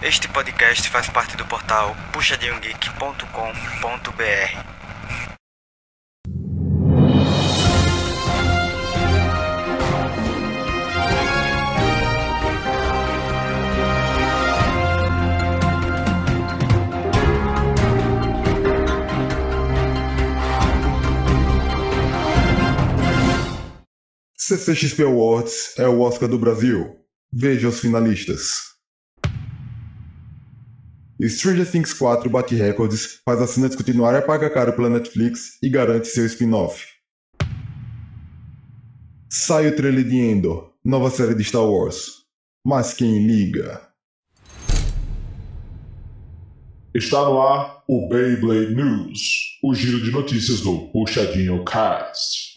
Este podcast faz parte do portal puxadinhogeek.com.br. CCXP Awards é o Oscar do Brasil. Veja os finalistas. Stranger Things 4 bate recordes, faz assinantes continuarem a pagar caro pela Netflix e garante seu spin-off. Sai o trailer de Endor, nova série de Star Wars. Mas quem liga? Está no ar o Beyblade News, o giro de notícias do Puxadinho Cast.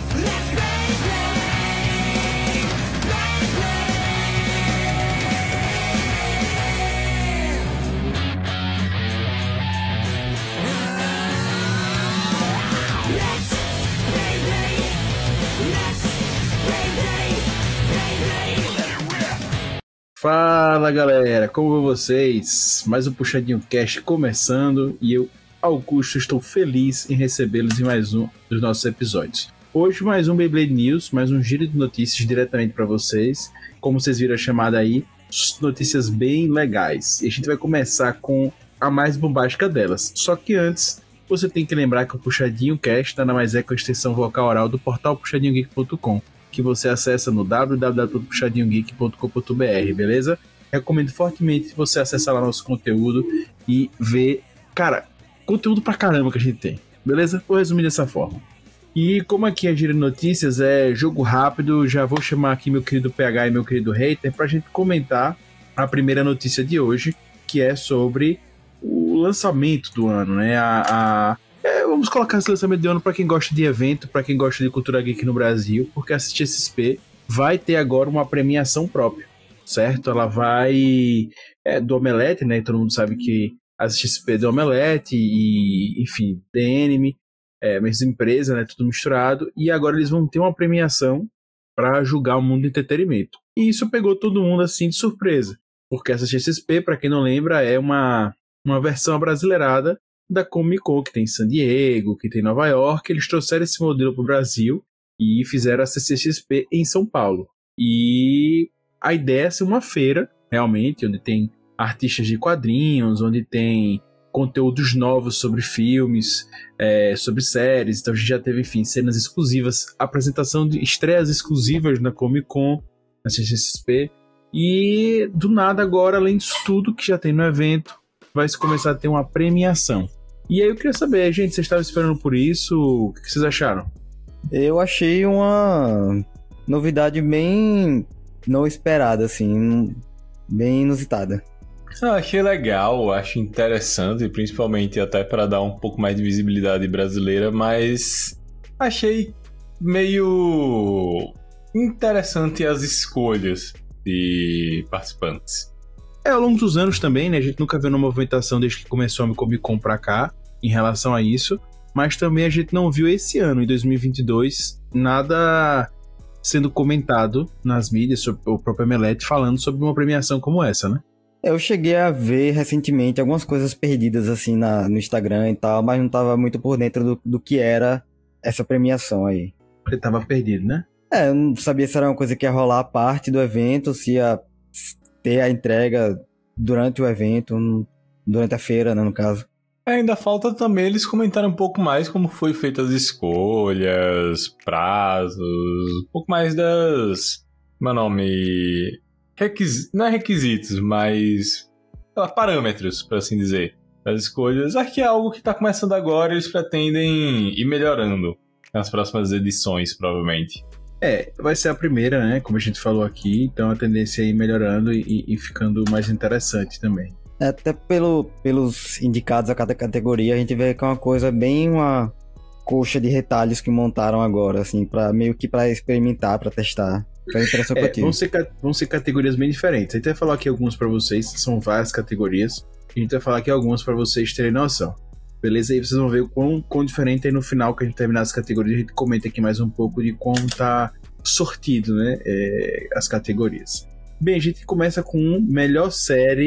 Fala galera, como vão vocês? Mais um Puxadinho Cast começando e eu, Augusto, estou feliz em recebê-los em mais um dos nossos episódios. Hoje mais um Beyblade News, mais um giro de notícias diretamente para vocês. Como vocês viram a chamada aí, notícias bem legais. E a gente vai começar com a mais bombástica delas. Só que antes, você tem que lembrar que o Puxadinho Cast nada mais é com a extensão vocal oral do portal puxadinhogeek.com, que você acessa no www.puxadinhogeek.com.br, beleza? Recomendo fortemente você acessar lá nosso conteúdo e ver, cara, conteúdo pra caramba que a gente tem, beleza? Vou resumir dessa forma. E como aqui a Giro de Notícias é jogo rápido, já vou chamar aqui meu querido PH e meu querido Hater pra gente comentar a primeira notícia de hoje, que é sobre o lançamento do ano, né? Vamos colocar esse lançamento de ano para quem gosta de evento, para quem gosta de cultura geek no Brasil, porque a CCXP vai ter agora uma premiação própria, certo? Ela vai do Omelete, né? Todo mundo sabe que a CCXP é do Omelete e, enfim, The Enemy, mesma empresa, né? Tudo misturado. E agora eles vão ter uma premiação para julgar o mundo do entretenimento. E isso pegou todo mundo assim de surpresa, porque a CCXP, para quem não lembra, é uma versão abrasileirada da Comic Con, que tem em San Diego, que tem em Nova York. Eles trouxeram esse modelo para o Brasil e fizeram a CCXP em São Paulo. E a ideia é ser uma feira, realmente, onde tem artistas de quadrinhos, onde tem conteúdos novos sobre filmes, sobre séries. Então a gente já teve, enfim, cenas exclusivas, apresentação de estreias exclusivas na Comic Con, na CCXP. E do nada agora, além disso tudo que já tem no evento, vai se começar a ter uma premiação. E aí eu queria saber, gente, vocês estavam esperando por isso? O que vocês acharam? Eu achei uma novidade bem não esperada, assim, bem inusitada. Eu achei legal, acho interessante, principalmente até para dar um pouco mais de visibilidade brasileira, mas achei meio interessante as escolhas de participantes. Ao longo dos anos também, né, a gente nunca viu uma movimentação desde que começou a Comic Con pra cá, em relação a isso, mas também a gente não viu esse ano, em 2022, nada sendo comentado nas mídias, sobre o próprio Omelete, falando sobre uma premiação como essa, né? Eu cheguei a ver recentemente algumas coisas perdidas assim no Instagram e tal, mas não tava muito por dentro do que era essa premiação aí. Ele tava perdido, né? Eu não sabia se era uma coisa que ia rolar a parte do evento, se ia ter a entrega durante o evento, durante a feira, né, no caso. Ainda falta também eles comentarem um pouco mais como foi feitas as escolhas, prazos, um pouco mais das... Meu nome... Não é requisitos, mas... parâmetros, por assim dizer, das escolhas. Acho que é algo que está começando agora e eles pretendem ir melhorando nas próximas edições, provavelmente. Vai ser a primeira, né? Como a gente falou aqui, então a tendência é ir melhorando e ficando mais interessante também. Até pelos indicados a cada categoria, a gente vê que é uma coisa bem uma coxa de retalhos que montaram agora, assim, meio que para experimentar, para testar. Foi a impressão que eu tive. Vão ser categorias bem diferentes. A gente vai falar aqui algumas para vocês, são várias categorias. A gente vai falar aqui algumas para vocês terem noção. Beleza? Aí vocês vão ver o quão diferente é no final que a gente terminar as categorias. A gente comenta aqui mais um pouco de como tá sortido, né? As categorias. Bem, a gente começa com melhor série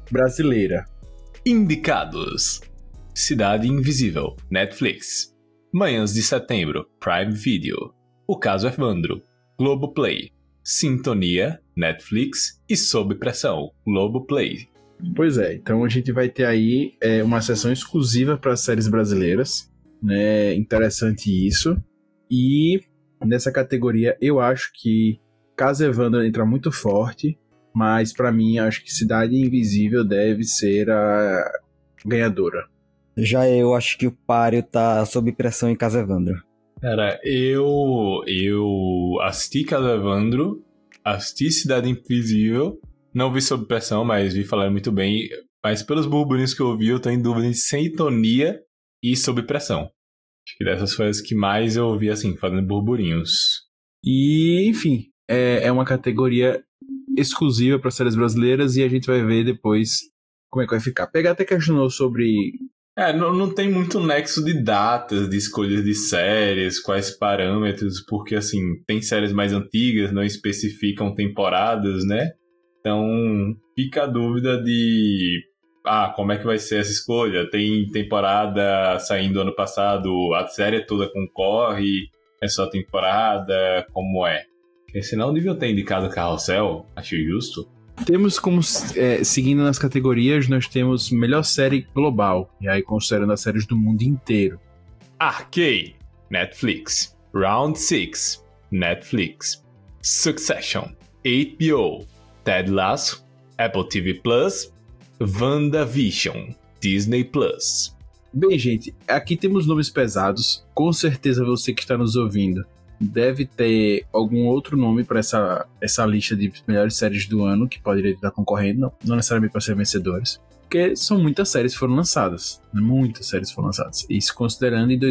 brasileira. Indicados: Cidade Invisível, Netflix. Manhãs de Setembro, Prime Video. O Caso Evandro, Globoplay. Sintonia, Netflix. E Sob Pressão, Globoplay. Pois é, então a gente vai ter aí uma sessão exclusiva para séries brasileiras, né? Interessante isso. E nessa categoria eu acho que Caso Evandro entra muito forte, mas para mim acho que Cidade Invisível deve ser a ganhadora. Já eu acho que o páreo tá sob pressão em Casa Evandro. Cara, eu assisti Caso Evandro, assisti Cidade Invisível, não vi Sob Pressão, mas vi falar muito bem. Mas pelos burburinhos que eu vi, eu tô em dúvida em Sintonia e Sob Pressão. Acho que dessas foi as que mais eu vi, assim, fazendo burburinhos. E, enfim, é uma categoria exclusiva para séries brasileiras e a gente vai ver depois como é que vai ficar. Pegar até questionou sobre... Não tem muito nexo de datas, de escolhas de séries, quais parâmetros, porque, assim, tem séries mais antigas, não especificam temporadas, né? Então, fica a dúvida de... como é que vai ser essa escolha? Tem temporada saindo ano passado, a série toda concorre, é só temporada, como é? Porque senão deviam ter indicado Carrossel, acho justo. Temos como, seguindo nas categorias, nós temos melhor série global, e aí considerando as séries do mundo inteiro. Arcane, Netflix. Round 6, Netflix. Succession, HBO. Ted Lasso, Apple TV+, WandaVision, Disney+. Bem, gente, aqui temos nomes pesados. Com certeza você que está nos ouvindo deve ter algum outro nome para essa lista de melhores séries do ano que poderia estar concorrendo, não necessariamente para ser vencedores, porque são muitas séries que foram lançadas, né? Muitas séries foram lançadas, isso considerando em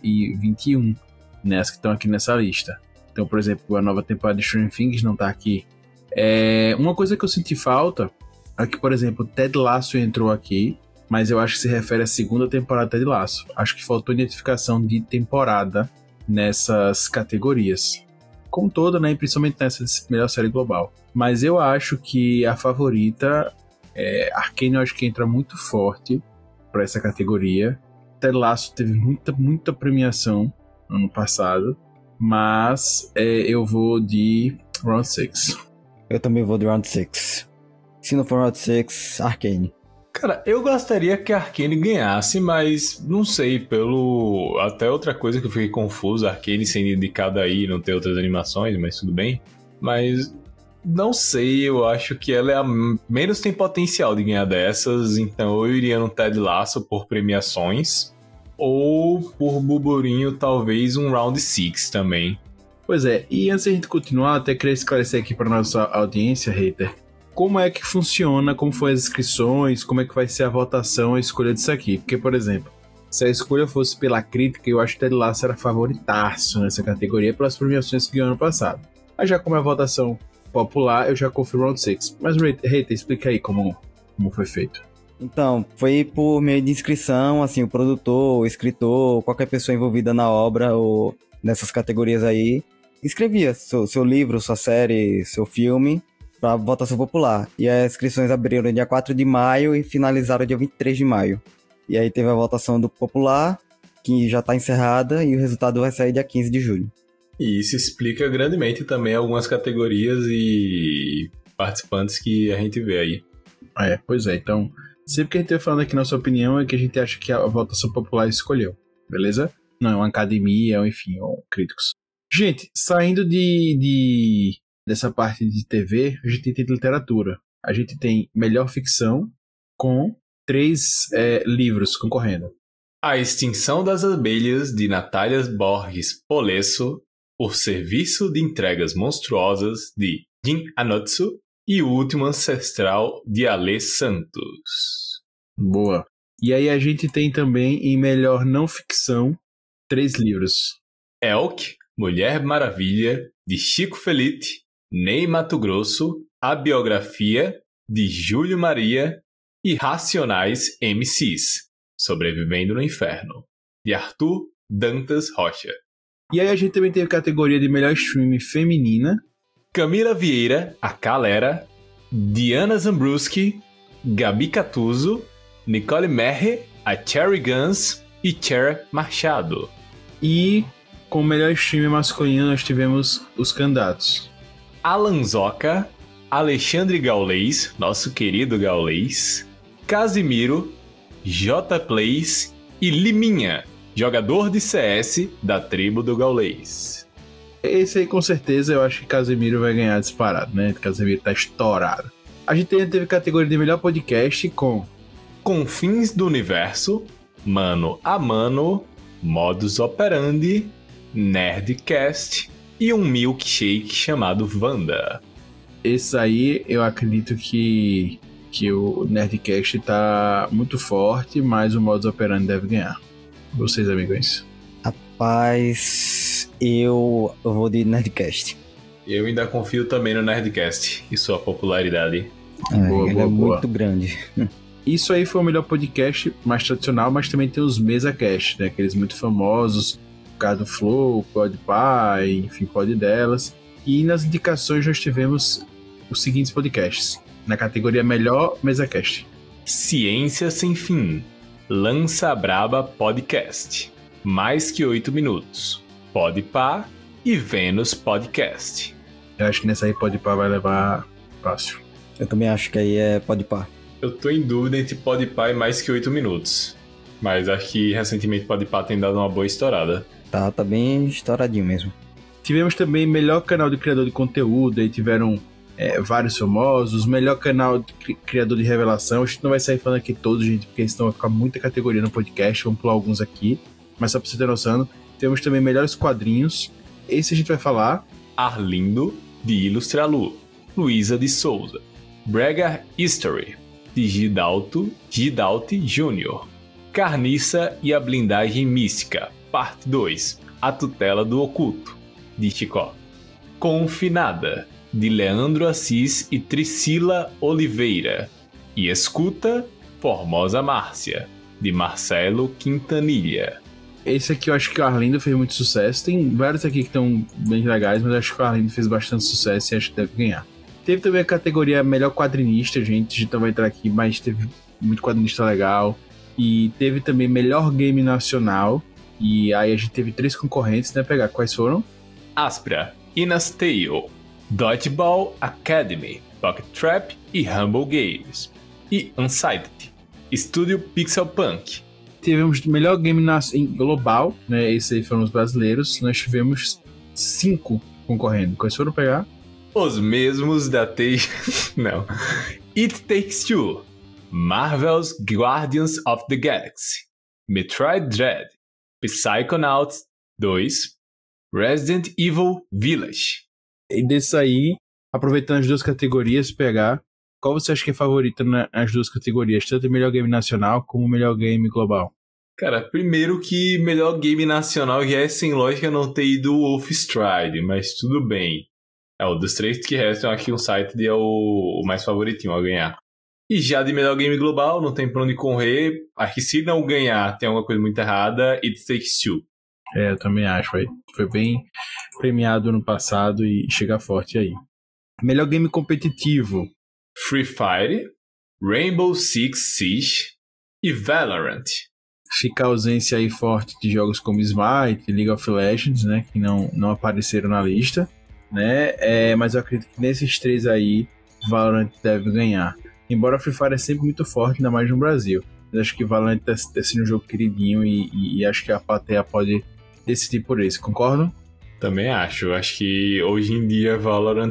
2021, né, as que estão aqui nessa lista. Então, por exemplo, a nova temporada de Stranger Things não está aqui. Uma coisa que eu senti falta é que, por exemplo, Ted Lasso entrou aqui, mas eu acho que se refere à segunda temporada de Ted Lasso. Acho que faltou identificação de temporada nessas categorias. Como toda, né? Principalmente nessa de melhor série global. Mas eu acho que a favorita Arcane, eu acho que entra muito forte para essa categoria. Ted Lasso teve muita premiação no ano passado, mas eu vou de Round 6. Eu também vou de Round 6. Se não for Round 6, Arcane. Cara, eu gostaria que a Arcane ganhasse, mas não sei, até outra coisa que eu fiquei confuso, a Arcane sendo indicada aí, não ter outras animações, mas tudo bem. Mas não sei, eu acho que ela é a menos tem potencial de ganhar dessas, então eu iria no Ted Lasso por premiações, ou por burburinho, talvez um Round 6 também. Pois é, e antes de a gente continuar, até queria esclarecer aqui para nossa audiência, hater, como é que funciona, como foi as inscrições, como é que vai ser a votação, a escolha disso aqui. Porque, por exemplo, se a escolha fosse pela crítica, eu acho que Ted Lasso era favoritaço nessa categoria pelas premiações que ganhou ano passado. Mas já como é a votação popular, eu já confio Round 6. Mas, hater, explica aí como foi feito. Então, foi por meio de inscrição, assim, o produtor, o escritor, qualquer pessoa envolvida na obra ou nessas categorias aí, inscrevia seu livro, sua série, seu filme para votação popular. E as inscrições abriram dia 4 de maio e finalizaram dia 23 de maio. E aí teve a votação do popular, que já está encerrada, e o resultado vai sair dia 15 de julho. E isso explica grandemente também algumas categorias e participantes que a gente vê aí. Pois é, então, sempre que a gente está falando aqui nossa opinião é que a gente acha que a votação popular escolheu, beleza? Não é uma academia, enfim, ou críticos. Gente, saindo dessa parte de TV, a gente tem literatura. A gente tem melhor ficção com 3 livros concorrendo. A Extinção das Abelhas, de Natália Borges Polesso, O Serviço de Entregas Monstruosas, de Jin Anotsu, e O Último Ancestral, de Alê Santos. Boa. E aí a gente tem também em melhor não ficção 3 livros. Elk, Mulher Maravilha, de Chico Felitti, Ney Mato Grosso, A Biografia, de Júlio Maria, e Racionais MCs, Sobrevivendo no Inferno, de Arthur Dantas Rocha. E aí a gente também tem a categoria de melhor stream feminina. Camila Vieira, A Calera, Diana Zambruski, Gabi Catuzzo, Nicole Merre, a Cherry Guns e Cher Machado. E com o melhor streamer masculino nós tivemos os candidatos. Alan Zoca, Alexandre Gaulês, nosso querido Gaulês, Casimiro, J Plays e Liminha, jogador de CS da tribo do Gaulês. Esse aí com certeza eu acho que Casemiro vai ganhar disparado, né? Casemiro tá estourado. A gente ainda teve categoria de melhor podcast com Confins do Universo, Mano a Mano, Modus Operandi, Nerdcast e um milkshake chamado Wanda. Esse aí eu acredito que o Nerdcast tá muito forte, mas o Modus Operandi deve ganhar. Vocês, amigos? Rapaz, eu vou de Nerdcast. Eu ainda confio também no Nerdcast e sua popularidade. Ele é muito grande. Isso aí foi o melhor podcast mais tradicional, mas também tem os MesaCast, né? Aqueles muito famosos, o caso do Flow, Podpah, enfim, Pod delas. E nas indicações nós tivemos os seguintes podcasts. Na categoria Melhor MesaCast. Ciência Sem Fim, Lança Braba Podcast, Mais Que 8 Minutos, Podpah e Vênus Podcast. Eu acho que nessa aí Podpah vai levar fácil. Eu também acho que aí é Podpah. Eu tô em dúvida entre Podpah e Mais Que 8 Minutos. Mas acho que recentemente Podpah tem dado uma boa estourada. Tá bem estouradinho mesmo. Tivemos também melhor canal de criador de conteúdo, aí tiveram vários famosos, melhor canal de criador de revelação. A gente não vai sair falando aqui todos, gente, porque senão vai ficar muita categoria no podcast, vamos pular alguns aqui. Mas só pra você ter noção, temos também melhores quadrinhos. Esse a gente vai falar. Arlindo, de Ilustralu, Luísa de Souza, Brega History, de Gidalto Jr., Carniça e a Blindagem Mística, parte 2, A Tutela do Oculto, de Chicó. Confinada, de Leandro Assis e Tricila Oliveira. E Escuta, Formosa Márcia, de Marcelo Quintanilha. Esse aqui eu acho que o Arlindo fez muito sucesso. Tem vários aqui que estão bem legais, mas eu acho que o Arlindo fez bastante sucesso e acho que deve ganhar. Teve também a categoria Melhor Quadrinista, gente. A gente não vai entrar aqui, mas teve muito quadrinista legal. E teve também Melhor Game Nacional. E aí a gente teve 3 concorrentes, né? Pegar quais foram? Aspra, Ina's Tale, Dodgeball Academy, Pocket Trap e Humble Games. E Unsighted, Estúdio Pixel Punk. Tivemos Melhor Game Global, né? Esses aí foram os brasileiros. Nós tivemos 5 concorrendo. Quais foram pegar? Os mesmos da Não. It Takes Two, Marvel's Guardians of the Galaxy, Metroid Dread, Psychonauts 2, Resident Evil Village. E desse aí, aproveitando as duas categorias, pegar, qual você acha que é favorito nas duas categorias? Tanto melhor game nacional como melhor game global? Cara, primeiro que melhor game nacional já é sem lógica não ter ido o Wolfstride, mas tudo bem. O dos 3 que restam aqui, o Sighted é o mais favoritinho a ganhar. E já de melhor game global, não tem pra onde correr. Acho que se não ganhar, tem alguma coisa muito errada. It Takes Two. Eu também acho. Foi bem premiado no passado e chega forte aí. Melhor game competitivo. Free Fire, Rainbow Six Siege e Valorant. Fica a ausência aí forte de jogos como Smite e League of Legends, né? Que não apareceram na lista, né? Mas eu acredito que nesses 3 aí, Valorant deve ganhar. Embora Free Fire é sempre muito forte, ainda mais no Brasil. Mas acho que Valorant tá sendo um jogo queridinho e acho que a plateia pode decidir por isso. Concordam? Também acho. Acho que hoje em dia Valorant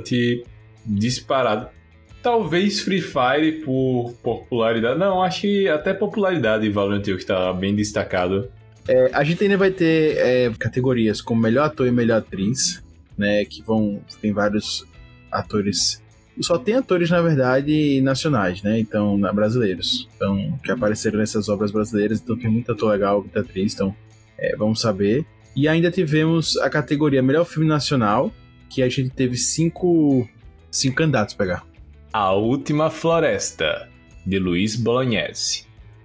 disparado. Talvez Free Fire por popularidade. Não, acho que até popularidade Valorant que está bem destacado. A gente ainda vai ter categorias como melhor ator e melhor atriz, né? Que tem vários atores. Só tem atores, na verdade, nacionais, né? Então, brasileiros. Então, que apareceram nessas obras brasileiras. Então, tem muito ator legal, muita atriz. Então, vamos saber. E ainda tivemos a categoria Melhor Filme Nacional, que a gente teve 5 candidatos a pegar. A Última Floresta, de Luiz Bolognese.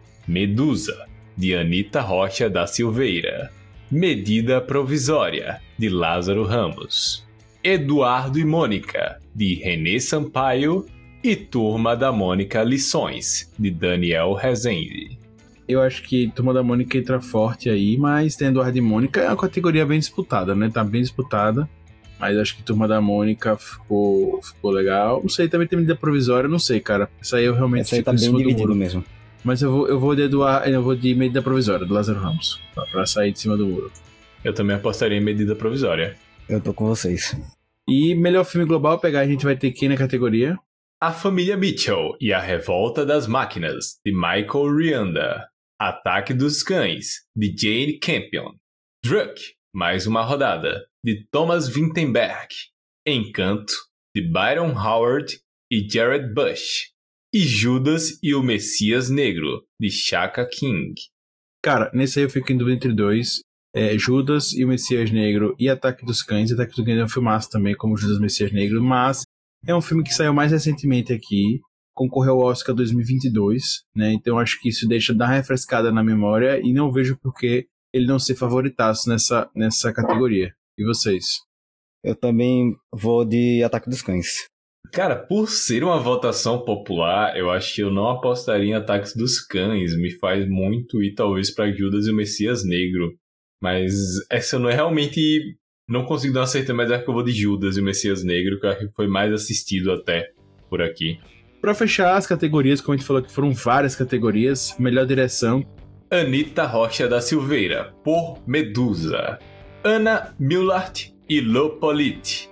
Medusa, de Anita Rocha da Silveira. Medida Provisória, de Lázaro Ramos. Eduardo e Mônica, de Renê Sampaio e Turma da Mônica Lições, de Daniel Rezende. Eu acho que Turma da Mônica entra forte aí, mas tem Eduardo e Mônica, é uma categoria bem disputada, né? Tá bem disputada, mas acho que Turma da Mônica ficou legal. Não sei, também tem medida provisória, não sei, cara. Essa aí eu realmente Essa aí tá bem dividido mesmo. Mas eu vou de medida provisória, do Lázaro Ramos, pra sair de cima do muro. Eu também apostaria em medida provisória. Eu tô com vocês. E melhor filme global, a gente vai ter quem na categoria? A Família Mitchell e a Revolta das Máquinas, de Michael Rianda. Ataque dos Cães, de Jane Campion. Druck, Mais Uma Rodada, de Thomas Vinterberg. Encanto, de Byron Howard e Jared Bush. E Judas e o Messias Negro, de Shaka King. Cara, nesse aí eu fico em dúvida entre dois. Judas e o Messias Negro e Ataque dos Cães. Ataque dos Cães é um filmaço também, como Judas e o Messias Negro, mas é um filme que saiu mais recentemente aqui. Concorreu ao Oscar 2022, né? Então acho que isso deixa dar uma refrescada na memória e não vejo por que ele não ser favoritaço nessa categoria. E vocês? Eu também vou de Ataque dos Cães. Cara, por ser uma votação popular, eu acho que eu não apostaria em Ataques dos Cães. Me faz muito ir talvez pra Judas e o Messias Negro. Mas essa eu não é realmente... Não consigo dar uma certeza, mas acho que eu vou de Judas e o Messias Negro, que eu acho que foi mais assistido até por aqui. Pra fechar as categorias, como a gente falou que foram várias categorias, melhor direção. Anita Rocha da Silveira, por Medusa. Ana Millard e Lopolite,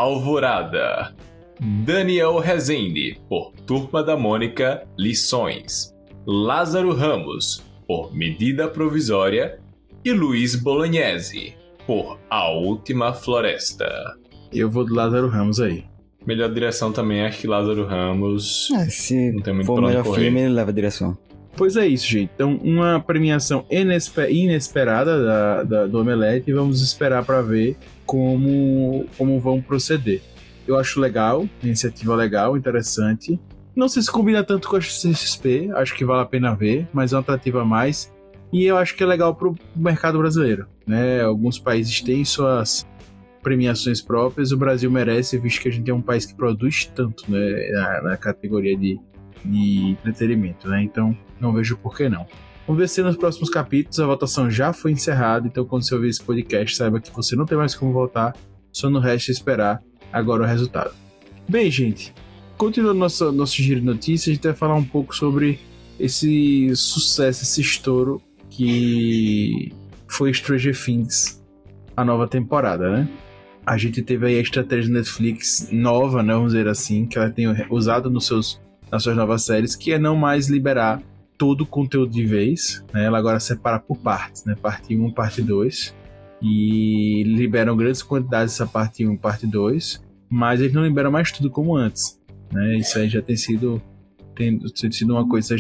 Alvorada. Daniel Rezende, por Turma da Mônica, Lições. Lázaro Ramos, por Medida Provisória. E Luiz Bolognese, por A Última Floresta. Eu vou do Lázaro Ramos aí. Melhor direção também, acho que Lázaro Ramos. Se não tem muito for o pra onde melhor correr. filme, ele leva a direção. Pois é isso, gente. Então, uma premiação inesperada do Omelete e vamos esperar para ver como vão proceder. Eu acho legal, iniciativa legal, interessante. Não sei se combina tanto com a CCXP, acho que vale a pena ver, mas é uma atrativa a mais. E eu acho que é legal pro mercado brasileiro, né? Alguns países têm suas premiações próprias, o Brasil merece, visto que a gente é um país que produz tanto, né, na categoria de entretenimento, né? Então, não vejo por que não. Vamos ver se nos próximos capítulos a votação já foi encerrada, então quando você ouvir esse podcast, saiba que você não tem mais como votar, só não resta esperar agora o resultado. Bem, gente, continuando nosso giro de notícias, a gente vai falar um pouco sobre esse sucesso, esse estouro que foi Stranger Things, a nova temporada, né? A gente teve aí a estratégia Netflix nova, né, vamos dizer assim, que ela tem usado nas suas novas séries, que é não mais liberar todo o conteúdo de vez, né? Ela agora separa por partes, né? Parte 1, parte 2, e liberam grandes quantidades dessa parte 1 e parte 2, mas eles não liberam mais tudo como antes, né? Isso aí já tem sido uma coisa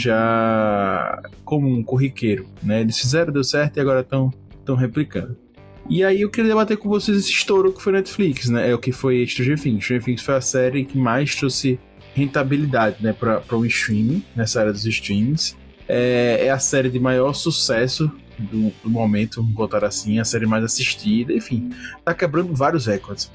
já comum, corriqueiro, né? Eles fizeram, deu certo e agora estão replicando. E aí eu queria debater com vocês esse estouro que foi Netflix, né? É o que foi Stranger Things. Stranger Things foi a série que mais trouxe rentabilidade, né, para um streaming, nessa área dos streams. É a série de maior sucesso do momento, vamos botar assim, a série mais assistida, enfim. Tá quebrando vários recordes.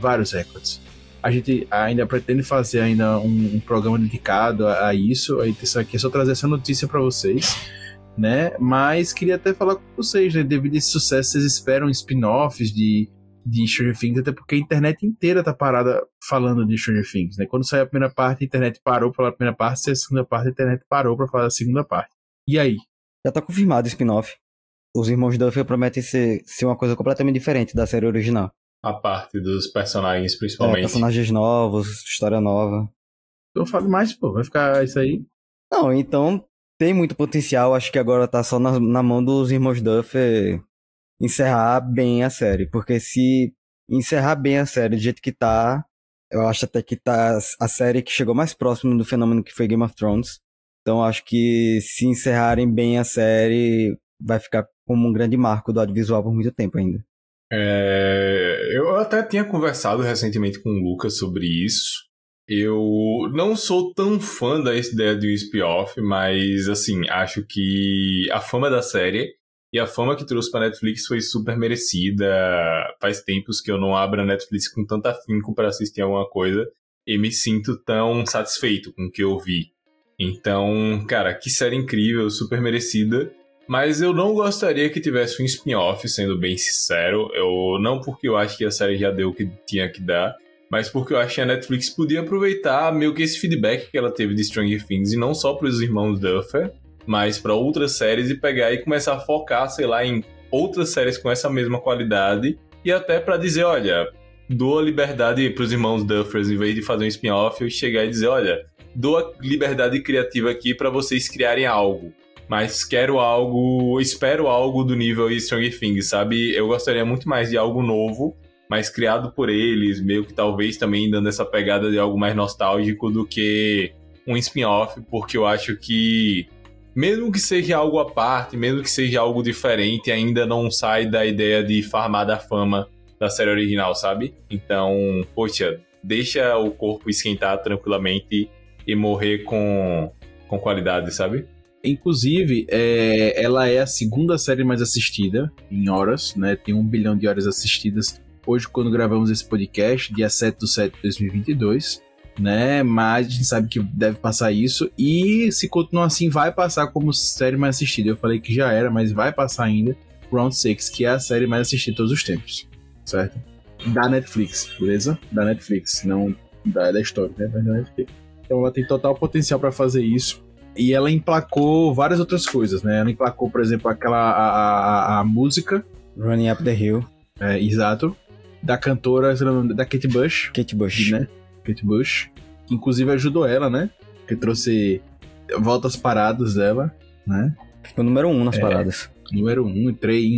A gente ainda pretende fazer ainda um programa dedicado a isso. Isso aqui é só trazer essa notícia para vocês, né? Mas queria até falar com vocês, né? Devido a esse sucesso, vocês esperam spin-offs de Stranger Things, até porque a internet inteira tá parada falando de Stranger Things, né? Quando saiu a primeira parte, a internet parou pra falar a primeira parte, e a segunda parte, a internet parou pra falar a segunda parte. E aí? Já tá confirmado o spin-off. Os irmãos Duffer prometem ser uma coisa completamente diferente da série original. A parte dos personagens, principalmente. Personagens novos, história nova. Então fale mais, pô, vai ficar isso aí? Não, então tem muito potencial, acho que agora tá só na mão dos irmãos Duffer encerrar bem a série, porque se encerrar bem a série do jeito que tá, eu acho até que tá a série que chegou mais próximo do fenômeno que foi Game of Thrones. Então acho que se encerrarem bem a série, vai ficar como um grande marco do audiovisual por muito tempo ainda. Eu até tinha conversado recentemente com o Lucas sobre isso. Eu não sou tão fã da ideia de um spin-off, mas assim, acho que a fama da série e a fama que trouxe pra Netflix foi super merecida. Faz tempos que eu não abro a Netflix com tanto afinco pra assistir alguma coisa. e me sinto tão satisfeito com o que eu vi. Então, cara, que série incrível, super merecida. Mas eu não gostaria que tivesse um spin-off, sendo bem sincero. Não porque eu acho que a série já deu o que tinha que dar, mas porque eu acho que a Netflix podia aproveitar meio que esse feedback que ela teve de Stranger Things, e não só para os irmãos Duffer, mas para outras séries, e pegar e começar a focar, sei lá, em outras séries com essa mesma qualidade, e até para dizer, olha, dou a liberdade para os irmãos Duffers, em vez de fazer um spin-off, eu chegar e dizer, olha, dou a liberdade criativa aqui para vocês criarem algo. Mas espero algo do nível Stranger Things, sabe? Eu gostaria muito mais de algo novo, mas criado por eles, meio que talvez também dando essa pegada de algo mais nostálgico do que um spin-off, porque eu acho que, mesmo que seja algo à parte, mesmo que seja algo diferente, ainda não sai da ideia de farmar da fama da série original, sabe? Então, poxa, deixa o corpo esquentar tranquilamente e morrer com qualidade, sabe? Inclusive, ela é a segunda série mais assistida em horas, né? Tem 1 bilhão de horas assistidas hoje, quando gravamos esse podcast, dia 7/7/2022, né? Mas a gente sabe que deve passar isso, e se continuar assim, vai passar como série mais assistida. Eu falei que já era, mas vai passar ainda Round 6, que é a série mais assistida de todos os tempos, certo? Da Netflix, beleza? Da Netflix, não da história, né? Mas da Netflix. Então ela tem total potencial para fazer isso. E ela emplacou várias outras coisas, né? Ela emplacou, por exemplo, a música. Running Up the Hill. Exato. Da cantora, da Kate Bush. Kate Bush. Né? Kate Bush. Que inclusive ajudou ela, né? Que trouxe voltas paradas dela, né? Ficou número 1 nas paradas. Número 1,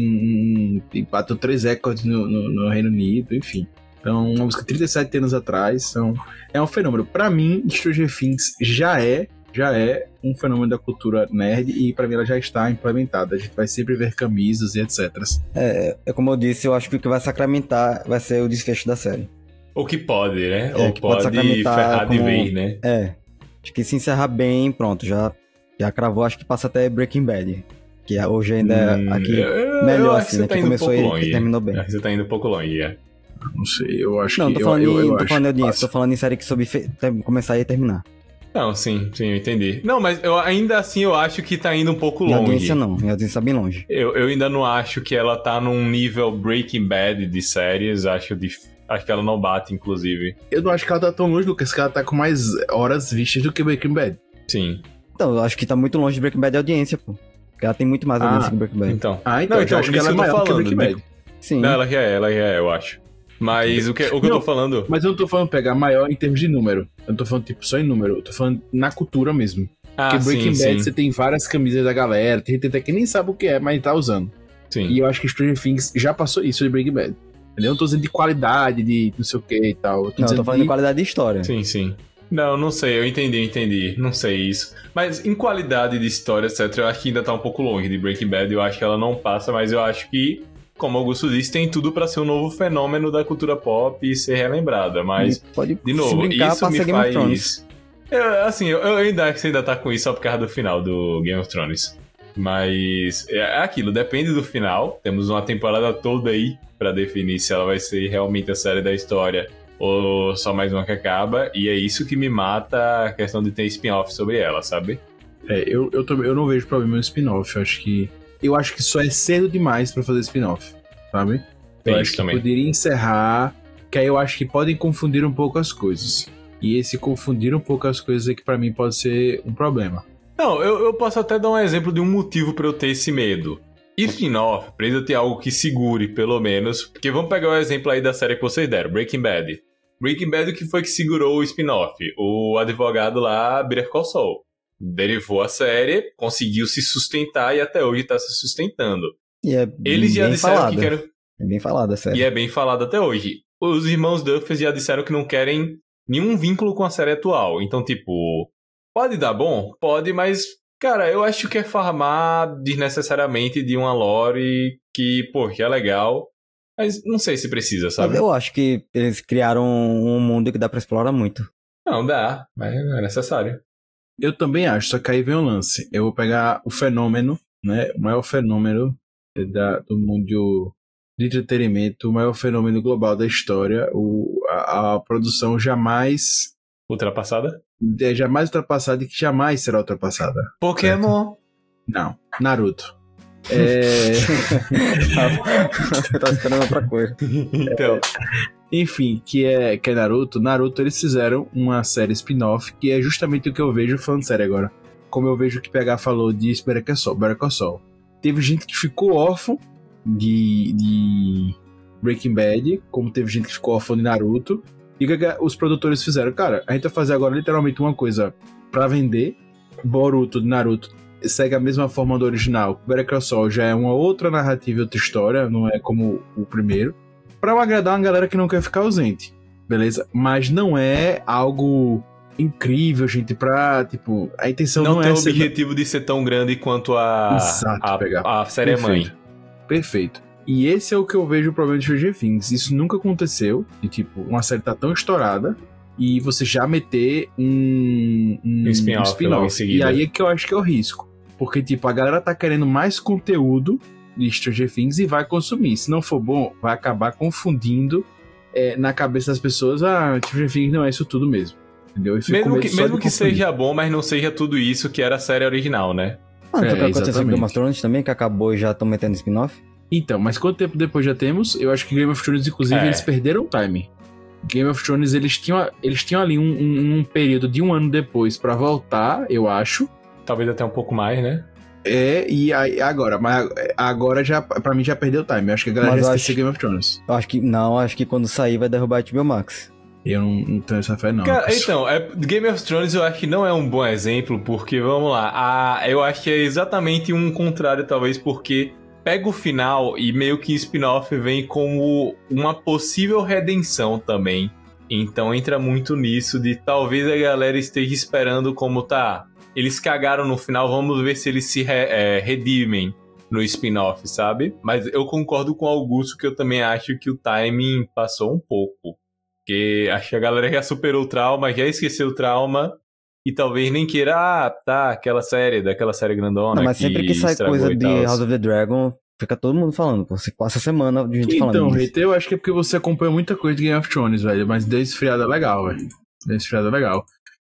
bateu 3 recordes no Reino Unido, enfim. Então, uma música 37 anos atrás. Então, é um fenômeno. Pra mim, Stranger Things já é um fenômeno da cultura nerd, e pra mim ela já está implementada. A gente vai sempre ver camisas e etc. Como eu disse, eu acho que o que vai sacramentar vai ser o desfecho da série. Ou que pode, né? Ou que pode ferrar de vez, né? Acho que se encerrar bem, pronto, já cravou, acho que passa até Breaking Bad. Que hoje ainda é aqui melhor, assim, né? Que começou e terminou bem. Você tá indo um pouco longe, Não sei, eu acho que... Não, tô falando de audiência, tô falando em série que soube começar e terminar. Não, sim, eu entendi. Não, mas ainda assim eu acho que tá indo um pouco longe. Em audiência não, em audiência tá bem longe. Eu ainda não acho que ela tá num nível Breaking Bad de séries, acho que ela não bate, inclusive. Eu não acho que ela tá tão longe, Lucas, que ela tá com mais horas vistas do que Breaking Bad. Sim. Então, eu acho que tá muito longe de Breaking Bad de audiência, pô. Porque ela tem muito mais audiência que Breaking Bad. Então eu acho que ela é maior que Breaking Bad. Sim. Não, ela já é, eu acho. Mas o que eu tô falando... Mas eu não tô falando pegar maior em termos de número. Eu não tô falando tipo só em número. Eu tô falando na cultura mesmo. Porque Breaking Bad você tem várias camisas da galera. Tem gente até que nem sabe o que é, mas tá usando. Sim. E eu acho que Stranger Things já passou isso de Breaking Bad. Entendeu? Eu não tô dizendo de qualidade, de não sei o que e tal. Eu tô falando de qualidade de história. Sim. Não sei, eu entendi. Não sei isso. Mas em qualidade de história, etc., eu acho que ainda tá um pouco longe de Breaking Bad. Eu acho que ela não passa, mas eu acho que, como Augusto disse, tem tudo pra ser um novo fenômeno da cultura pop e ser relembrada, mas, pode de novo, brincar, isso me Game of Thrones. Eu ainda acho que você ainda tá com isso só por causa do final do Game of Thrones. Mas é aquilo, depende do final. Temos uma temporada toda aí pra definir se ela vai ser realmente a série da história ou só mais uma que acaba, e é isso que me mata a questão de ter spin-off sobre ela, sabe? Eu não vejo problema no spin-off. Eu acho que só é cedo demais pra fazer spin-off, sabe? Eu acho que também poderia encerrar, que aí eu acho que podem confundir um pouco as coisas. E esse confundir um pouco as coisas é que pra mim pode ser um problema. Não, eu posso até dar um exemplo de um motivo pra eu ter esse medo. Spin-off precisa ter algo que segure, pelo menos, porque vamos pegar o exemplo aí da série que vocês deram, Breaking Bad. Breaking Bad, o que foi que segurou o spin-off? O advogado lá, Better Call Saul. Derivou a série, conseguiu se sustentar e até hoje tá se sustentando. E eles já disseram falado. Que querem... É bem falada a série. E é bem falado até hoje. Os irmãos Duffers já disseram que não querem nenhum vínculo com a série atual. Então, tipo, pode dar bom? Pode, mas, cara, eu acho que é farmar desnecessariamente de uma lore que, poxa, é legal. Mas não sei se precisa, sabe? Eu acho que eles criaram um mundo que dá pra explorar muito. Não, dá, mas não é necessário. Eu também acho, só que aí vem o lance. Eu vou pegar o fenômeno, né? O maior fenômeno do mundo de entretenimento, o maior fenômeno global da história. A produção jamais Ultrapassada? É jamais ultrapassada e que jamais será ultrapassada. Pokémon. Não, Naruto. Eu tava esperando outra coisa. Então. Enfim, que é Naruto. Naruto, eles fizeram uma série spin-off que é justamente o que eu vejo falando sério agora. Como eu vejo o que PH falou de Better Call Saul. Teve gente que ficou órfão de Breaking Bad, como teve gente que ficou órfão de Naruto. E o que os produtores fizeram? Cara, a gente vai fazer agora literalmente uma coisa pra vender. Boruto de Naruto segue a mesma forma do original. Better Call Saul já é uma outra narrativa e outra história, não é como o primeiro. Pra agradar uma galera que não quer ficar ausente, beleza? Mas não é algo incrível, gente, pra, tipo, a intenção não tem é o objetivo de ser tão grande quanto a série mãe. Perfeito. E esse é o que eu vejo o problema de Stranger Things. Isso nunca aconteceu, de tipo, uma série tá tão estourada e você já meter um spin-off logo em seguida. E aí é que eu acho que é o risco. Porque, tipo, a galera tá querendo mais conteúdo de Stranger Things e vai consumir. Se não for bom, vai acabar confundindo na cabeça das pessoas, Stranger Things não é isso tudo mesmo. Entendeu? Mesmo que seja bom, mas não seja tudo isso que era a série original, né? Não foi o que aconteceu com Game of Thrones também, que acabou e já estão metendo spin-off? Então, mas quanto tempo depois já temos? Eu acho que Game of Thrones, inclusive, eles perderam o time. Game of Thrones, eles tinham ali um período de 1 ano depois pra voltar, eu acho. Talvez até um pouco mais, né? E aí, agora já, pra mim já perdeu o time. Eu acho que a galera já esqueceu Game of Thrones. Acho que quando sair vai derrubar a HBO Max. Eu não tenho essa fé, não. Cara, então, Game of Thrones eu acho que não é um bom exemplo, porque, vamos lá, eu acho que é exatamente um contrário, talvez, porque pega o final e meio que spin-off vem como uma possível redenção também. Então entra muito nisso de talvez a galera esteja esperando como eles cagaram no final, vamos ver se eles se redimem no spin-off, sabe? Mas eu concordo com o Augusto que eu também acho que o timing passou um pouco. Porque acho que a galera já superou o trauma, já esqueceu o trauma e talvez nem queira, daquela série grandona. Não, mas sempre que sai coisa de House of the Dragon, fica todo mundo falando. Você passa a semana de gente falando. Então, Rita, eu acho que é porque você acompanha muita coisa de Game of Thrones, velho. Mas Desde Esfriado é legal, velho. Desde Esfriado é legal.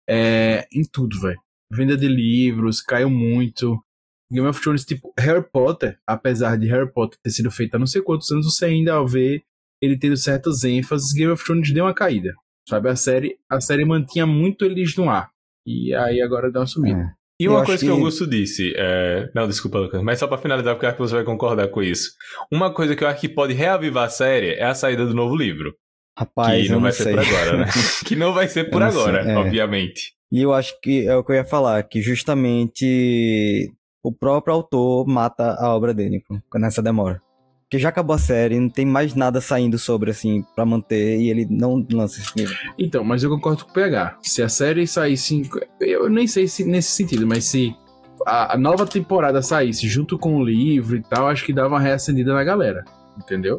Em tudo, velho. Venda de livros, caiu muito. Game of Thrones, tipo, Harry Potter, apesar de Harry Potter ter sido feito há não sei quantos anos, você ainda vê ele tendo certas ênfases. Game of Thrones deu uma caída, sabe? A série mantinha muito eles no ar. E aí agora deu uma sumida. E uma coisa que o Augusto disse, não, desculpa, Lucas, mas só pra finalizar, porque eu acho que você vai concordar com isso. Uma coisa que eu acho que pode reavivar a série é a saída do novo livro. Rapaz, que não vai ser por agora, né? Que não vai ser por agora, obviamente. E eu acho que é o que eu ia falar, que justamente o próprio autor mata a obra dele nessa demora. Porque já acabou a série, não tem mais nada saindo sobre, assim, pra manter, e ele não lança esse livro. Então, mas eu concordo com o PH. Se a série saísse, eu nem sei se nesse sentido, mas se a nova temporada saísse junto com o livro e tal, acho que dava uma reacendida na galera, entendeu?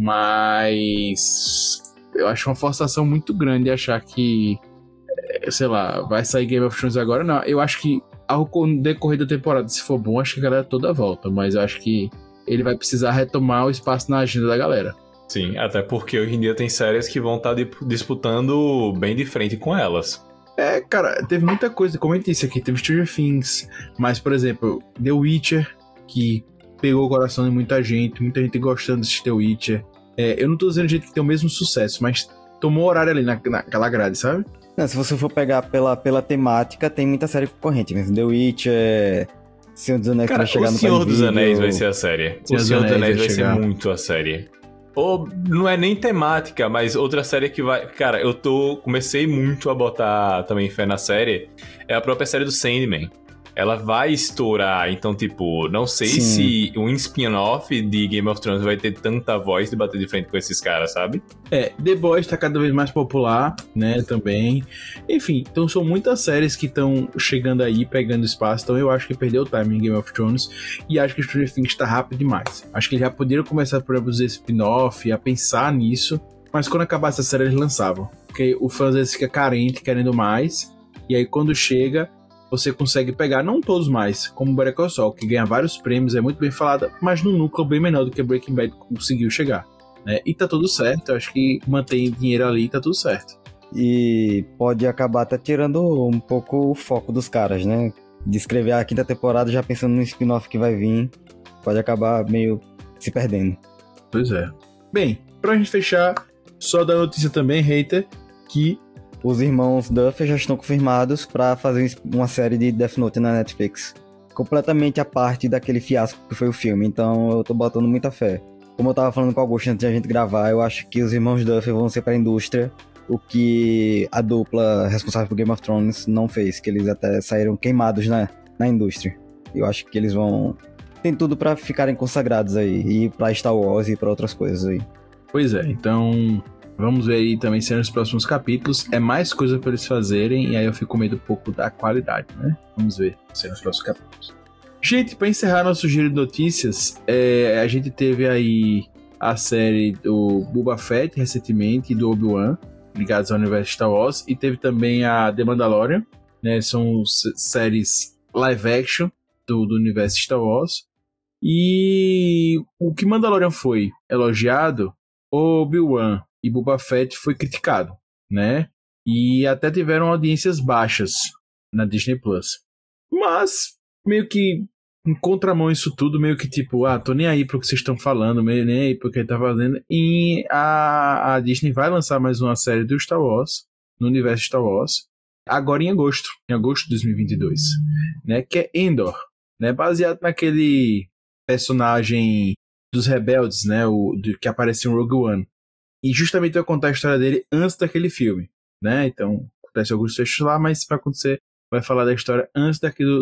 Mas eu acho uma forçação muito grande achar que, sei lá, vai sair Game of Thrones agora. Não, eu acho que ao decorrer da temporada, se for bom, acho que a galera toda volta, mas eu acho que ele vai precisar retomar o espaço na agenda da galera. Sim, até porque hoje em dia tem séries que vão estar disputando bem de frente com elas. Cara, teve muita coisa, como eu disse aqui, teve Stranger Things, mas, por exemplo, The Witcher, que pegou o coração de muita gente gostando de assistir The Witcher. Eu não tô dizendo de jeito que tem o mesmo sucesso, mas tomou horário ali naquela grade, sabe? Não, se você for pegar pela temática, tem muita série concorrente, né? The Witcher... Senhor dos Anéis vai chegar no Prime Senhor dos Anéis vai ser a série. O Senhor dos Anéis vai ser muito a série. Ou não é nem temática, mas outra série que vai... Cara, comecei muito a botar também fé na série. É a própria série do Sandman. Ela vai estourar, então, tipo, não sei se um spin-off de Game of Thrones vai ter tanta voz de bater de frente com esses caras, sabe? The Boys tá cada vez mais popular, né, também. Enfim, então são muitas séries que estão chegando aí, pegando espaço, então eu acho que perdeu o time em Game of Thrones, e acho que Stranger Things tá rápido demais. Acho que eles já poderiam começar a produzir spin-off, a pensar nisso, mas quando acabasse a série eles lançavam. Porque o fã às vezes fica carente, querendo mais, e aí quando chega... você consegue pegar, não todos mais, como Better Call Saul, que ganha vários prêmios, é muito bem falada, mas num núcleo bem menor do que Breaking Bad conseguiu chegar, né? E tá tudo certo, eu acho que mantém dinheiro ali e tá tudo certo. E pode acabar até tirando um pouco o foco dos caras, né? De escrever a 5ª temporada já pensando no spin-off que vai vir, pode acabar meio se perdendo. Pois é. Bem, pra gente fechar, só dar notícia também, hater, que os irmãos Duffer já estão confirmados pra fazer uma série de Death Note na Netflix. Completamente a parte daquele fiasco que foi o filme, então eu tô botando muita fé. Como eu tava falando com o Augusto antes de a gente gravar, eu acho que os irmãos Duffer vão ser pra indústria o que a dupla responsável por Game of Thrones não fez, que eles até saíram queimados na indústria. Eu acho que eles vão... Tem tudo pra ficarem consagrados aí, e ir pra Star Wars e pra outras coisas aí. Pois é, então vamos ver aí também se nos próximos capítulos. É mais coisa pra eles fazerem, e aí eu fico com medo um pouco da qualidade, né? Vamos ver se nos próximos capítulos. Gente, pra encerrar nosso giro de notícias, a gente teve aí a série do Boba Fett recentemente e do Obi-Wan, ligados ao universo Star Wars, e teve também a The Mandalorian, né? São séries live action do universo Star Wars. E o que Mandalorian foi elogiado, Obi-Wan e Boba Fett foi criticado, né? E até tiveram audiências baixas na Disney Plus. Mas, meio que em contramão isso tudo, meio que tipo, tô nem aí pro que vocês estão falando, meio nem aí pro que ele tá fazendo. E a Disney vai lançar mais uma série do Star Wars, no universo Star Wars, agora em agosto de 2022, né? Que é Endor, né? Baseado naquele personagem dos rebeldes, né? Que apareceu em Rogue One. E justamente vai contar a história dele antes daquele filme, né? Então, acontece alguns textos lá, mas vai acontecer, vai falar da história antes daquele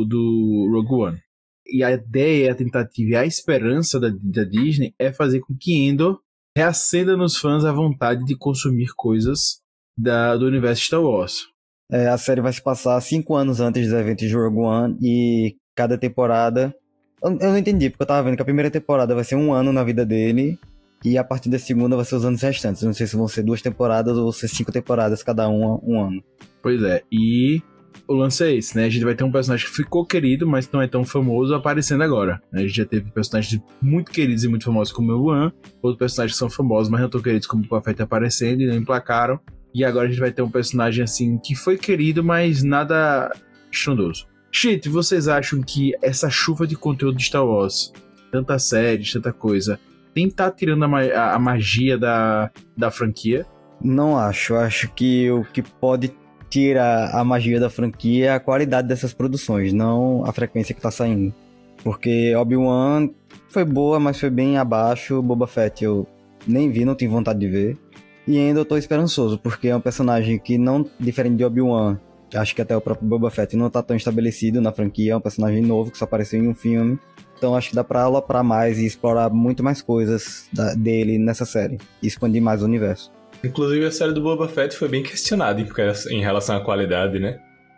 do Rogue One. E a ideia, a tentativa e a esperança da Disney é fazer com que Endor reacenda nos fãs a vontade de consumir coisas do universo Star Wars. A série vai se passar 5 anos antes dos eventos de Rogue One e cada temporada... Eu não entendi, porque eu tava vendo que a primeira temporada vai ser 1 ano na vida dele e a partir da segunda vai ser os anos restantes. Eu não sei se vão ser 2 temporadas ou ser 5 temporadas, cada uma 1 ano. Pois é, e o lance é esse, né? A gente vai ter um personagem que ficou querido, mas não é tão famoso, aparecendo agora. A gente já teve personagens muito queridos e muito famosos como o Obi-Wan, outros personagens que são famosos, mas não tão queridos como o Boba Fett aparecendo e não emplacaram. E agora a gente vai ter um personagem assim que foi querido, mas nada estrondoso. Shit, vocês acham que essa chuva de conteúdo de Star Wars, tanta série, tanta coisa, tá tirando a magia da franquia? Não acho. Acho que o que pode tirar a magia da franquia é a qualidade dessas produções, não a frequência que tá saindo. Porque Obi-Wan foi boa, mas foi bem abaixo. Boba Fett eu nem vi, não tenho vontade de ver. E ainda eu tô esperançoso, porque é um personagem que não, diferente de Obi-Wan, acho que até o próprio Boba Fett não tá tão estabelecido na franquia, é um personagem novo que só apareceu em um filme. Então acho que dá pra aloprar mais e explorar muito mais coisas dele nessa série. E expandir mais o universo. Inclusive a série do Boba Fett foi bem questionada em relação à qualidade, né?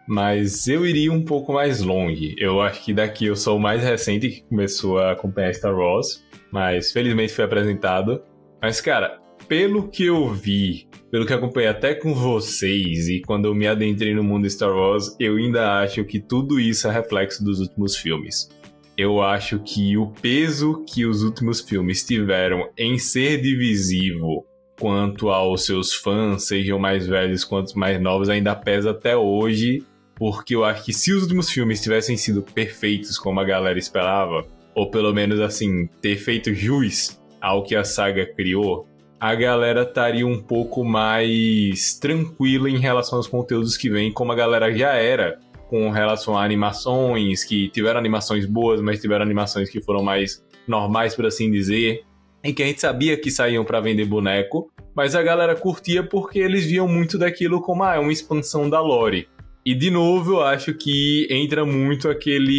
Mas eu iria um pouco mais longe. Eu acho que daqui eu sou o mais recente que começou a acompanhar Star Wars. Mas felizmente foi apresentado. Mas cara, pelo que eu vi, pelo que acompanhei até com vocês e quando eu me adentrei no mundo Star Wars, eu ainda acho que tudo isso é reflexo dos últimos filmes. Eu acho que o peso que os últimos filmes tiveram em ser divisivo quanto aos seus fãs, sejam mais velhos quanto mais novos, ainda pesa até hoje, porque eu acho que se os últimos filmes tivessem sido perfeitos como a galera esperava, ou pelo menos assim, ter feito jus ao que a saga criou, a galera estaria um pouco mais tranquila em relação aos conteúdos que vêm, como a galera já era com relação a animações, que tiveram animações boas, mas tiveram animações que foram mais normais, por assim dizer, e que a gente sabia que saíam pra vender boneco, mas a galera curtia porque eles viam muito daquilo como é uma expansão da lore. E de novo eu acho que entra muito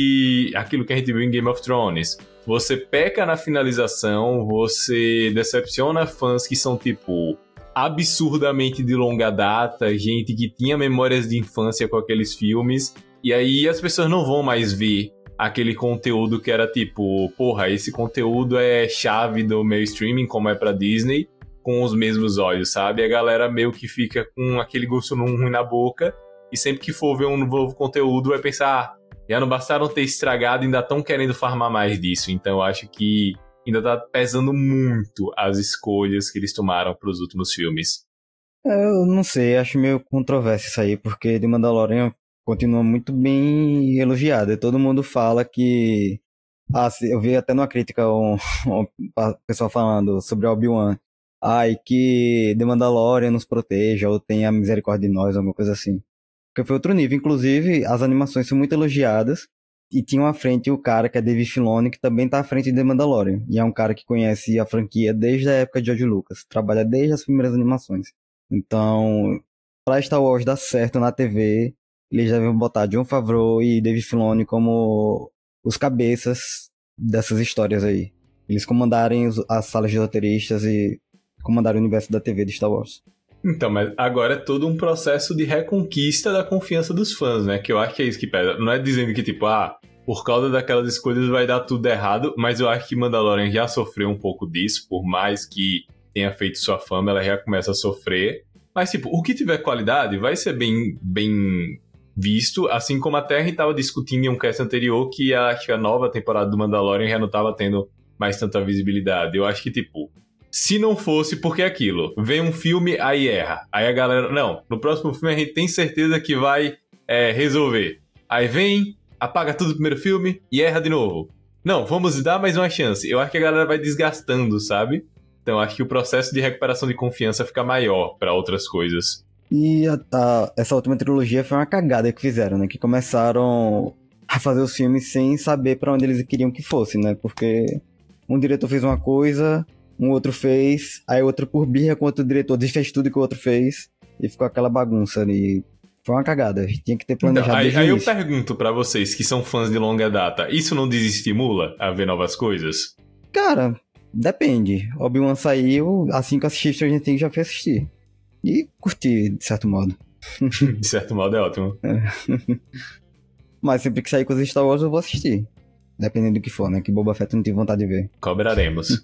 aquilo que a gente viu em Game of Thrones. Você peca na finalização, você decepciona fãs que são tipo absurdamente de longa data, gente que tinha memórias de infância com aqueles filmes, e aí as pessoas não vão mais ver aquele conteúdo que era tipo, porra, esse conteúdo é chave do meu streaming, como é pra Disney, com os mesmos olhos, sabe? A galera meio que fica com aquele gosto ruim na boca, e sempre que for ver um novo conteúdo vai pensar, já não bastaram ter estragado, ainda estão querendo farmar mais disso. Então eu acho que ainda tá pesando muito as escolhas que eles tomaram pros últimos filmes. Eu não sei, acho meio controverso isso aí, porque The Mandalorian continua muito bem elogiado. Todo mundo fala que... eu vi até numa crítica um pessoal falando sobre Obi-Wan. Que The Mandalorian nos proteja, ou tenha misericórdia de nós, alguma coisa assim. Porque foi outro nível. Inclusive, as animações são muito elogiadas. E tinha à frente o cara que é Dave Filoni, que também tá à frente de The Mandalorian. E é um cara que conhece a franquia desde a época de George Lucas. Trabalha desde as primeiras animações. Então, pra Star Wars dar certo na TV, eles devem botar Jon Favreau e Dave Filoni como os cabeças dessas histórias aí. Eles comandarem as salas de roteiristas e comandarem o universo da TV de Star Wars. Então, mas agora é todo um processo de reconquista da confiança dos fãs, né? Que eu acho que é isso que pesa. Não é dizendo que, tipo, por causa daquelas escolhas vai dar tudo errado, mas eu acho que Mandalorian já sofreu um pouco disso, por mais que tenha feito sua fama, ela já começa a sofrer. Mas, tipo, o que tiver qualidade vai ser bem visto, assim como até a gente tava discutindo em um cast anterior que acho que a nova temporada do Mandalorian já não tava tendo mais tanta visibilidade. Eu acho que, tipo, se não fosse, porque é aquilo. Vem um filme, aí erra. Aí a galera, não, no próximo filme a gente tem certeza que vai resolver. Aí vem, apaga tudo do primeiro filme e erra de novo. Não, vamos dar mais uma chance. Eu acho que a galera vai desgastando, sabe? Então acho que o processo de recuperação de confiança fica maior para outras coisas. E essa última trilogia foi uma cagada que fizeram, né? Que começaram a fazer os filmes sem saber pra onde eles queriam que fosse, né? Porque um diretor fez uma coisa, um outro fez, aí outro por birra com outro diretor desfez tudo que o outro fez, e ficou aquela bagunça ali. Foi uma cagada, tinha que ter planejado então, desde o aí eu início. pergunto pra vocês que são fãs de longa data, isso não desestimula a ver novas coisas? Cara, depende. Obi-Wan saiu, assim que eu assisti Stranger Things já fui assistir. E curti, de certo modo. De certo modo é ótimo. Mas sempre que sair com os Star Wars eu vou assistir. Dependendo do que for, né? Que Boba Fett eu não tive vontade de ver. Cobraremos.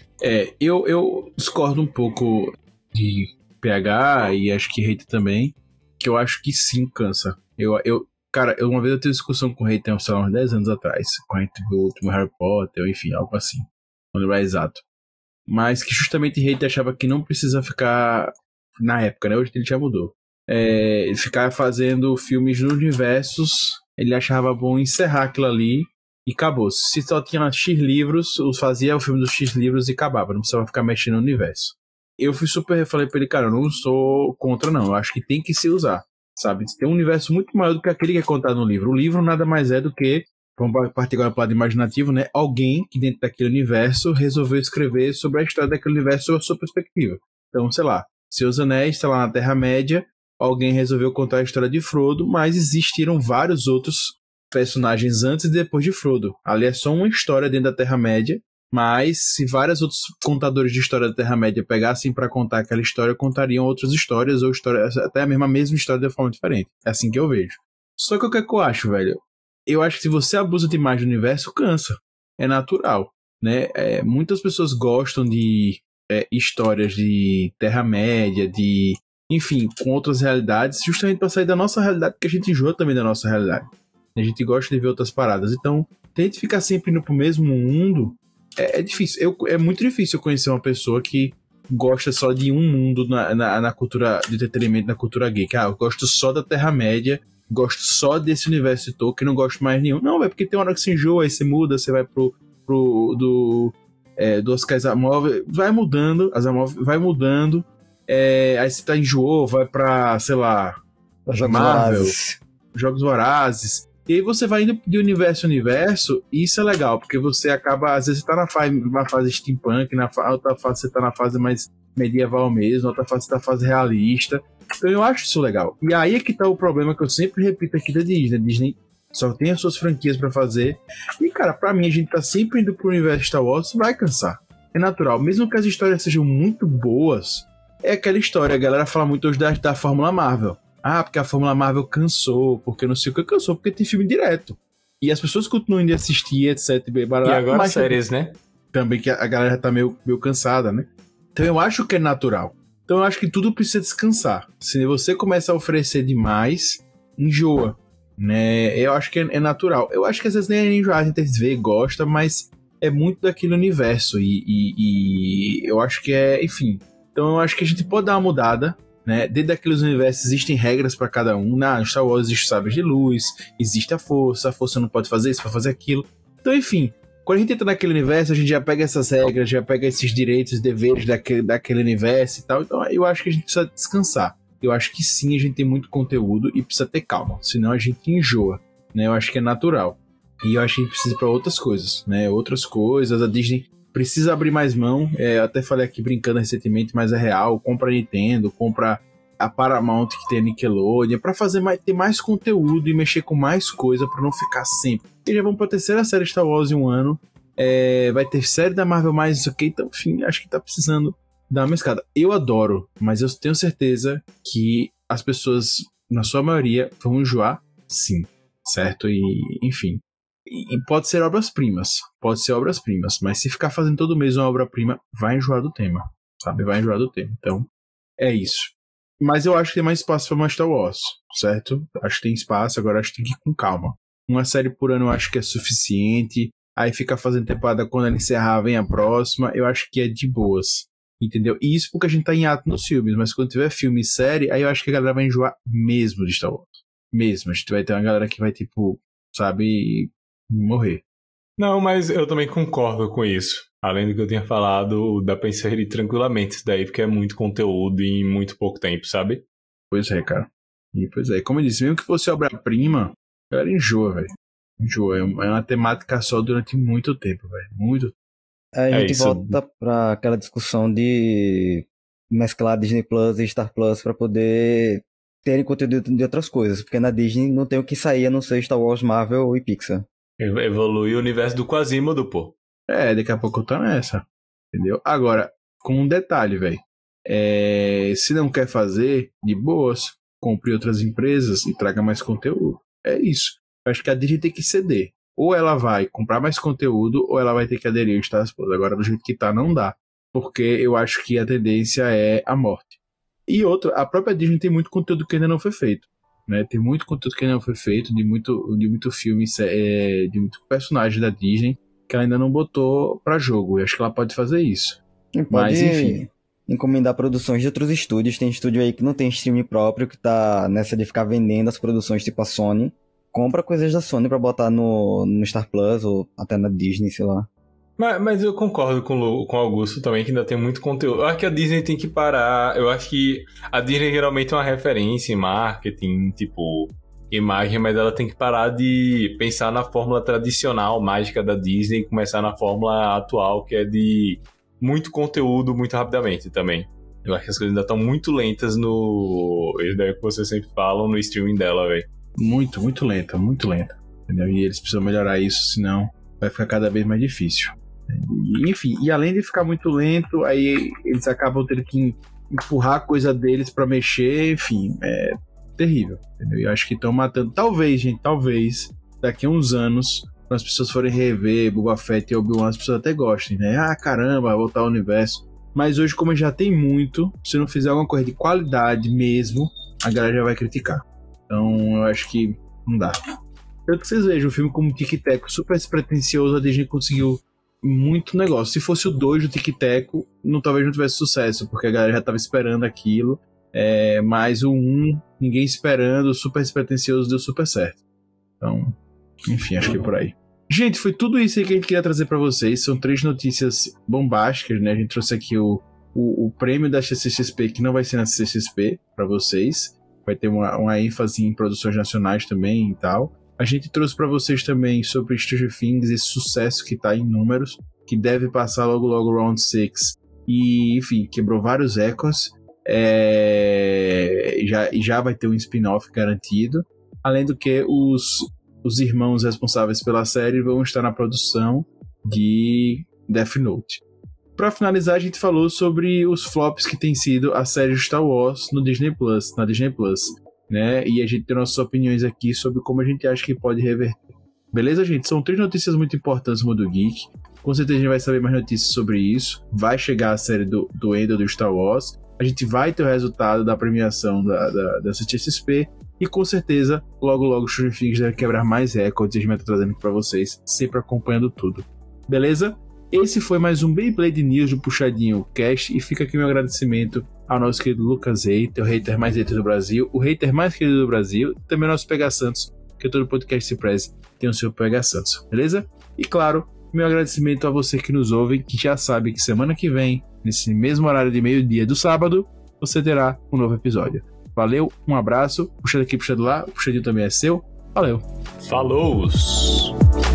Eu discordo um pouco de PH e acho que Hater também, que eu acho que sim, cansa. Cara, uma vez eu tive discussão com o Hater, sei lá, uns 10 anos atrás, quando a gente viu o último Harry Potter, enfim, algo assim. Não lembro exato. Mas que justamente Hater achava que não precisa ficar, na época, né? Hoje ele já mudou. Ficar fazendo filmes nos universos, ele achava bom encerrar aquilo ali e acabou. Se só tinha X livros, fazia o filme dos X livros e acabava. Não precisava ficar mexendo no universo. Eu falei pra ele, cara, eu não sou contra não. Eu acho que tem que se usar, sabe? Tem um universo muito maior do que aquele que é contado no livro. O livro nada mais é do que, vamos partir agora para o lado imaginativo, né? Alguém que dentro daquele universo resolveu escrever sobre a história daquele universo sob a sua perspectiva. Então, sei lá, Senhor dos Anéis, está lá na Terra-média, alguém resolveu contar a história de Frodo, mas existiram vários outros personagens antes e depois de Frodo. Ali é só uma história dentro da Terra-média, mas se vários outros contadores de história da Terra-média pegassem para contar aquela história, contariam outras histórias, ou histórias, até a mesma história de forma diferente. É assim que eu vejo. Só que o que eu acho, velho? Eu acho que se você abusa demais do universo, cansa. É natural, né? Muitas pessoas gostam de histórias de Terra-média, enfim, com outras realidades, justamente para sair da nossa realidade, porque a gente enjoa também da nossa realidade. A gente gosta de ver outras paradas. Então, tente ficar sempre indo pro mesmo mundo. É difícil. É muito difícil eu conhecer uma pessoa que gosta só de um mundo na cultura de entretenimento, na cultura geek. Eu gosto só da Terra-média, gosto só desse universo de Tolkien, não gosto mais nenhum. Não, é porque tem uma hora que você enjoa, aí você muda, você vai do Oscar Asimov, vai mudando, vai mudando, aí você tá enjoou, vai pra, sei lá, Jogos Vorazes. E aí você vai indo de universo em universo, e isso é legal, porque você acaba, às vezes você tá na fase steampunk, na outra fase você tá na fase mais medieval mesmo, na outra fase você tá na fase realista. Então eu acho isso legal. E aí é que tá o problema que eu sempre repito aqui da Disney. A Disney só tem as suas franquias pra fazer. E, cara, pra mim, a gente tá sempre indo pro universo Star Wars, vai cansar. É natural. Mesmo que as histórias sejam muito boas, é aquela história. A galera fala muito hoje da Fórmula Marvel. Porque a Fórmula Marvel cansou, porque não sei o que cansou, porque tem filme direto. E as pessoas continuam indo assistir, etc. E agora séries, né? Também que a galera já tá meio cansada, né? Então eu acho que é natural. Então eu acho que tudo precisa descansar. Se você começa a oferecer demais, enjoa, né? Eu acho que é natural. Eu acho que às vezes nem é enjoar, a gente vê, gosta, mas é muito daquele universo. E eu acho que enfim. Então eu acho que a gente pode dar uma mudada. né? Dentro daqueles universos existem regras para cada um. Na Star Wars existe sabres de luz, existe a força não pode fazer isso, vai fazer aquilo. Então, enfim, quando a gente entra naquele universo, a gente já pega essas regras, já pega esses direitos, deveres daquele universo e tal. Então, eu acho que a gente precisa descansar. Eu acho que sim, a gente tem muito conteúdo e precisa ter calma, senão a gente enjoa, né? Eu acho que é natural. E eu acho que a gente precisa para outras coisas, né? Outras coisas, a Disney precisa abrir mais mão. Eu até falei aqui brincando recentemente, mas é real. Compra a Nintendo, compra a Paramount que tem a Nickelodeon, pra ter mais conteúdo e mexer com mais coisa, pra não ficar sempre. E já vamos pra terceira série Star Wars em um ano. Vai ter série da Marvel mais isso aqui, então, enfim, acho que tá precisando dar uma escada. Eu adoro, mas eu tenho certeza que as pessoas, na sua maioria, vão enjoar, sim, certo? E, enfim. E pode ser obras-primas, mas se ficar fazendo todo mês uma obra-prima, vai enjoar do tema, sabe? Vai enjoar do tema. Então, é isso. Mas eu acho que tem mais espaço pra mais Star Wars, certo? Acho que tem espaço, agora acho que tem que ir com calma. Uma série por ano eu acho que é suficiente. Aí fica fazendo temporada, quando ela encerrar, vem a próxima. Eu acho que é de boas, entendeu? E isso porque a gente tá em ato nos filmes, mas quando tiver filme e série, aí eu acho que a galera vai enjoar mesmo de Star Wars. Mesmo, a gente vai ter uma galera que vai, tipo, sabe, morrer. Não, mas eu também concordo com isso. Além do que eu tinha falado, dá pra inserir tranquilamente isso daí, porque é muito conteúdo em muito pouco tempo, sabe? Pois é, cara. E, pois é, como eu disse, mesmo que fosse obra-prima, a galera enjoa, velho. Enjoa. É uma temática só durante muito tempo, velho. Muito. A gente volta pra aquela discussão de mesclar Disney Plus e Star Plus pra poder terem conteúdo de outras coisas, porque na Disney não tem o que sair a não ser Star Wars, Marvel e Pixar. Evolui o universo do Quasimodo, pô. Daqui a pouco eu tô nessa. Entendeu? Agora, com um detalhe, velho. Se não quer fazer, de boas, compre outras empresas e traga mais conteúdo. É isso. Eu acho que a Disney tem que ceder. Ou ela vai comprar mais conteúdo, ou ela vai ter que aderir ao Star Plus. Agora, do jeito que tá, não dá. Porque eu acho que a tendência é a morte. E outra, a própria Disney tem muito conteúdo que ainda não foi feito. Né? Tem muito conteúdo que ainda não foi feito, de muito filme, de muito personagem da Disney, que ela ainda não botou pra jogo. Eu acho que ela pode fazer isso. Mas, enfim. Encomendar produções de outros estúdios. Tem estúdio aí que não tem streaming próprio, que tá nessa de ficar vendendo as produções tipo a Sony. Compra coisas da Sony pra botar no Star Plus ou até na Disney, sei lá. Mas eu concordo com o Augusto também, que ainda tem muito conteúdo. Eu acho que a Disney tem que parar. Eu acho que a Disney geralmente é uma referência em marketing, tipo, imagem, mas ela tem que parar de pensar na fórmula tradicional, mágica da Disney, e começar na fórmula atual, que é de muito conteúdo muito rapidamente também. Eu acho que as coisas ainda estão muito lentas no... Isso daí que vocês sempre falam, no streaming dela, velho. Muito, muito lenta, muito lenta. Entendeu? E eles precisam melhorar isso, senão vai ficar cada vez mais difícil. Enfim, e além de ficar muito lento, aí eles acabam tendo que empurrar a coisa deles pra mexer, enfim, é terrível, entendeu? Eu acho que estão matando, talvez, daqui a uns anos, quando as pessoas forem rever Boba Fett e Obi-Wan, as pessoas até gostem, né? Ah, caramba, voltar ao universo. Mas hoje, como já tem muito, se não fizer alguma coisa de qualidade mesmo, a galera já vai criticar. Então, eu acho que não dá. Eu que vocês vejam o filme como Tic Teco, super despretensioso, a Disney conseguiu muito negócio. Se fosse o 2 do Tic Teco, talvez não tivesse sucesso, porque a galera já tava esperando aquilo. Mas o 1, ninguém esperando, super despretensioso, deu super certo. Então, enfim, acho que é por aí. Gente, foi tudo isso aí que a gente queria trazer pra vocês. São 3 notícias bombásticas, né? A gente trouxe aqui o prêmio da CCXP, que não vai ser na CCXP pra vocês. Vai ter uma ênfase em produções nacionais também e tal. A gente trouxe pra vocês também sobre Stranger Things, esse sucesso que tá em números, que deve passar logo Round 6. E, enfim, quebrou vários recordes. Já vai ter um spin-off garantido. Além do que os irmãos responsáveis pela série vão estar na produção de Death Note. Pra finalizar, a gente falou sobre os flops que tem sido a série Star Wars na Disney Plus, né? E a gente tem nossas opiniões aqui sobre como a gente acha que pode reverter. Beleza, gente? São 3 notícias muito importantes no Mundo Geek. Com certeza a gente vai saber mais notícias sobre isso. Vai chegar a série do Andor do Star Wars. A gente vai ter o resultado da premiação da CCXP. E com certeza, logo o Stranger Things deve quebrar mais recordes. A gente vai estar trazendo aqui pra vocês, sempre acompanhando tudo. Beleza? Esse foi mais um Beyblade News do Puxadinho Cast. E fica aqui meu agradecimento ao nosso querido Lucas Hater, o hater mais hater do Brasil, o hater mais querido do Brasil, e também o nosso PH Santos, que todo podcast se preze tem o seu PH Santos, beleza? E claro, meu agradecimento a você que nos ouve, que já sabe que semana que vem, nesse mesmo horário de meio-dia do sábado, você terá um novo episódio. Valeu, um abraço, puxa daqui, puxa de lá, o puxadinho também é seu, valeu! Falou!